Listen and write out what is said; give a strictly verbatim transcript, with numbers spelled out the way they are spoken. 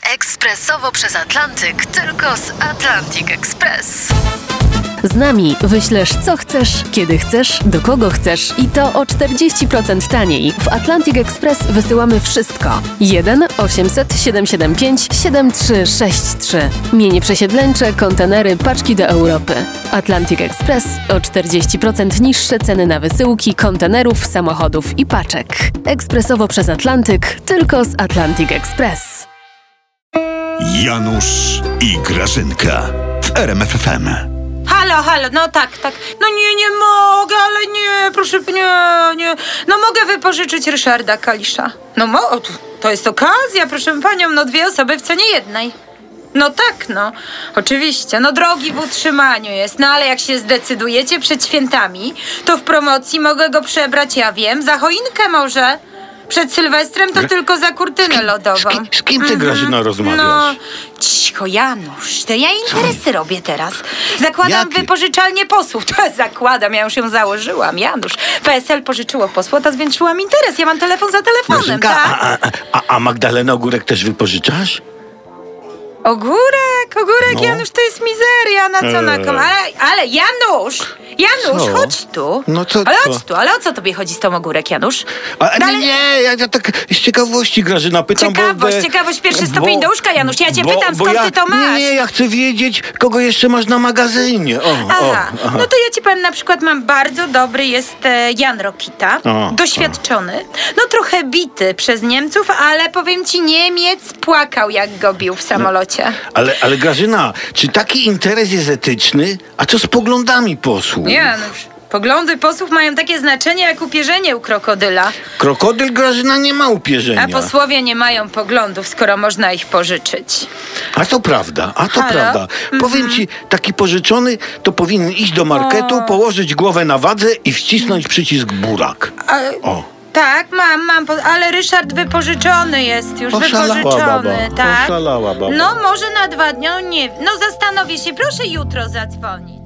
Ekspresowo przez Atlantyk, tylko z Atlantic Express. Z nami wyślesz co chcesz, kiedy chcesz, do kogo chcesz i to o czterdzieści procent taniej. W Atlantic Express wysyłamy wszystko. jeden osiemset siedemset siedemdziesiąt pięć siedemdziesiąt trzy sześćdziesiąt trzy. Mienie przesiedleńcze, kontenery, paczki do Europy. Atlantic Express o czterdzieści procent niższe ceny na wysyłki, kontenerów, samochodów i paczek. Ekspresowo przez Atlantyk, tylko z Atlantic Express. Janusz i Grażynka w R M F F M. Halo, halo, no tak, tak. No nie, nie mogę, ale nie, proszę, nie, nie. No mogę wypożyczyć Ryszarda Kalisza. No mo, to jest okazja, proszę panią, no dwie osoby w cenie jednej. No tak, no, oczywiście, no drogi w utrzymaniu jest, no ale jak się zdecydujecie przed świętami, to w promocji mogę go przebrać, ja wiem, za choinkę może. Przed Sylwestrem to Gra... tylko za kurtynę z kim, lodową. Z kim, z kim ty, Grażyna, rozmawiasz? No, cicho, Janusz, to ja interesy robię teraz. Zakładam Jakie? wypożyczalnię posłów. To zakładam, ja już ją założyłam, Janusz. P S L pożyczyło posła, to zwiększyłam interes. Ja mam telefon za telefonem, Grażynka, tak? a, a, a, a Magdalenę Ogórek też wypożyczasz? Ogórek, ogórek, No. Janusz, to jest mizeria, na co, na Eee. kom. Ale, ale Janusz, Janusz, Co? chodź tu. No co, Ale co? chodź tu, ale o co tobie chodzi z tą ogórek, Janusz? A, No nie, ale- nie, ja, ja tak z ciekawości, Grażyna, pytam, Ciekawość, bo... ciekawość, pierwszy stopień do łóżka, Janusz. Ja cię bo, pytam, bo skąd ja, ty to masz? Nie, nie, ja chcę wiedzieć, kogo jeszcze masz na magazynie. O, Aha, o, aha. no to ja ci powiem, na przykład mam bardzo dobry, jest e, Jan Rokita, O, doświadczony, no trochę bity przez Niemców, ale powiem ci, Niemiec płakał, jak go bił w samolocie. Ale, ale Grażyna, czy taki interes jest etyczny? A co z poglądami posłów? Janusz, poglądy posłów mają takie znaczenie jak upierzenie u krokodyla, Krokodyl, Grażyna, nie ma upierzenia. a posłowie nie mają poglądów, skoro można ich pożyczyć. A to prawda, a to Halo? prawda. Powiem ci, taki pożyczony to powinien iść do marketu, O. położyć głowę na wadze i wcisnąć przycisk burak. A, O. tak, mam, mam, po- ale Ryszard wypożyczony jest już, Oszalała wypożyczony, baba, tak? oszalała baba. No może na dwa dni, no nie, no zastanowię się, proszę jutro zadzwonić.